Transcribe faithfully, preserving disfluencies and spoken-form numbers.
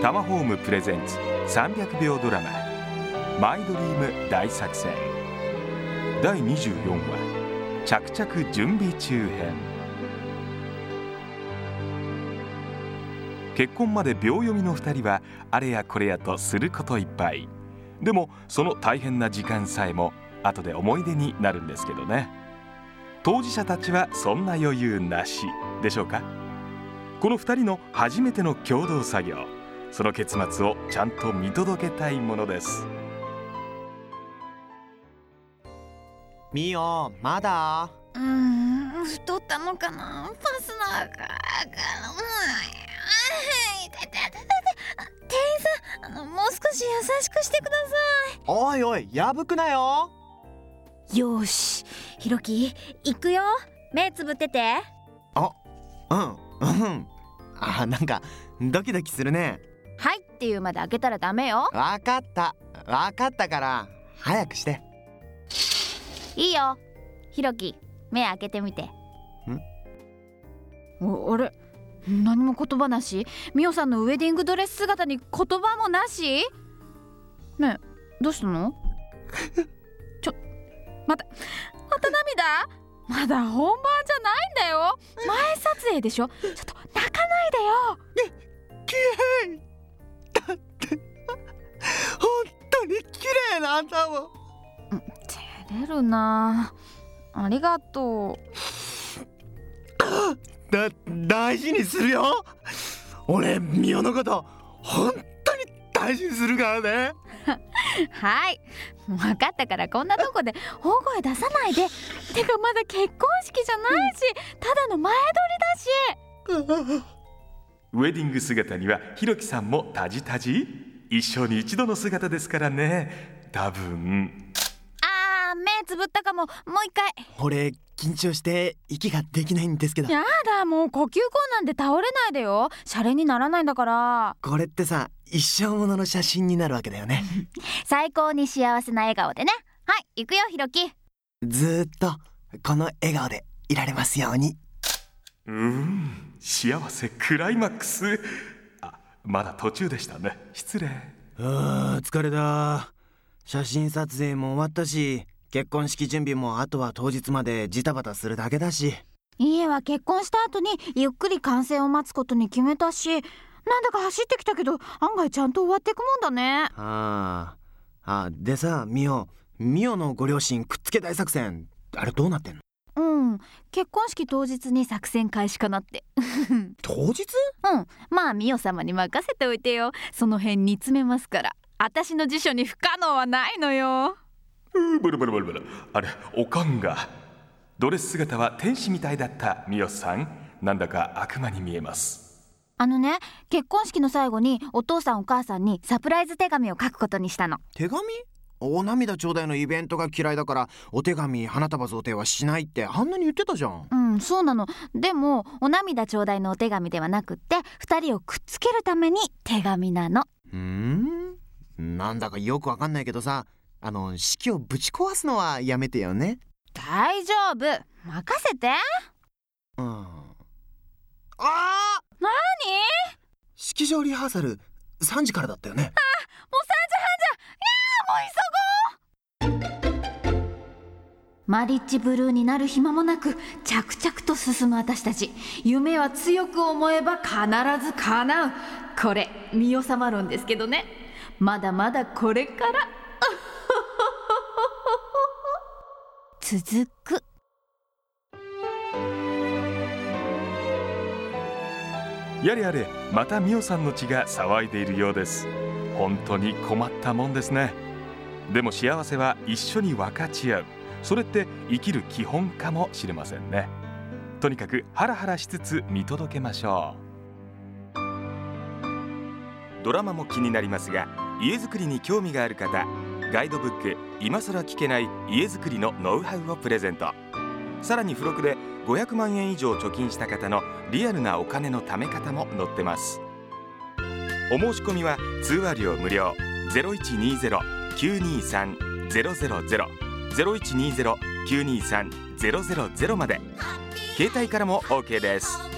タマホームプレゼンツさんびゃくびょうドラママイドリーム大作戦だいにじゅうよんわ着々準備中編。結婚まで秒読みのふたりはあれやこれやとすることいっぱい。でもその大変な時間さえも後で思い出になるんですけどね。当事者たちはそんな余裕なしでしょうか。このふたりの初めての共同作業、その結末をちゃんと見届けたいものです。 ミオ、まだ？ うーん、太ったのかな。ファスナーが店員さん、あのもう少し優しくしてください。 おいおい、破くなよ。 よし、ひろき行くよ。目つぶってて。 あ、うんうんあ、なんかドキドキするね。 はいっていうまで開けたらダメよ。 わかったわかったから早くして。 いいよ。ひろき、目開けてみて。んおあれ、何も言葉なし。みおさんのウェディングドレス姿に言葉もなし。ねえ、どうしたの？ちょ、またまた涙？まだ本番じゃないんだよ。前撮影でしょ。ちょっと泣かないでよ。 きれいだって本当にきれいなんだもん。 照れるな。ありがとう。 だ大事にするよ。俺ミオのこと本当に大事にするからね。 はい、分かったからこんなとこで大声出さないで。てかまだ結婚式じゃないし、ただの前撮りだし。 ウェディング姿にはひろきさんもタジタジ。一生に一度の姿ですからね。多分あー、目つぶったかも。もう一回。 俺緊張して息ができないんですけど。 やだ、もう呼吸困難で倒れないでよ。シャレにならないんだから。 これってさ、一生ものの写真になるわけだよね。 最高に幸せな笑顔でね。はい、行くよひろき。 ずーっとこの笑顔でいられますように。 うーん、幸せクライマックス。あ、まだ途中でしたね。失礼。 あー、疲れだ。写真撮影も終わったし、結婚式準備もあとは当日までジタバタするだけだし。 家は結婚した後にゆっくり完成を待つことに決めたし、なんだか走ってきたけど案外ちゃんと終わっていくもんだね。 ああ、でさ、ミオミオのご両親くっつけ大作戦、あれどうなってんの？ うん、結婚式当日に作戦開始かなって。 当日？ うん、まあミオ様に任せておいてよ。その辺煮詰めますから。私の辞書に不可能はないのよ。 うーブルブルブルブル。あれ、おかんがドレス姿は天使みたいだった。みおさん、なんだか悪魔に見えます。 あのね、結婚式の最後にお父さんお母さんにサプライズ手紙を書くことにしたの。 手紙？お涙ちょうだいのイベントが嫌いだからお手紙花束贈呈はしないってあんなに言ってたじゃん。 うん、そうなの。でもお涙ちょうだいのお手紙ではなくってふたりをくっつけるために手紙なの。 うーん、なんだかよくわかんないけどさ、あの式をぶち壊すのはやめてよね。 大丈夫、任せて。 うん。ああ、 なに？ 式場リハーサルさんじからだったよね。 あ、もうさんじはんじゃ。いやー、もう急ごう。マリッジブルーになる暇もなく着々と進む私たち。夢は強く思えば必ず叶う。これミオ様論ですけどね。まだまだこれから続く。 やれやれ、またみおさんの血が騒いでいるようです。本当に困ったもんですね。でも幸せは一緒に分かち合う。それって生きる基本かもしれませんね。とにかくハラハラしつつ見届けましょう。ドラマも気になりますが、家づくりに興味がある方、ガイドブック今更聞けない家づくりのノウハウをプレゼント。さらに付録でごひゃくまんえん以上貯金した方のリアルなお金の貯め方も載ってます。お申し込みは通話料無料。 ゼロいちにゼロ きゅうにさん ゼロゼロゼロ ゼロいちにゼロ きゅうにさん ゼロゼロゼロまで。携帯からも オーケー です。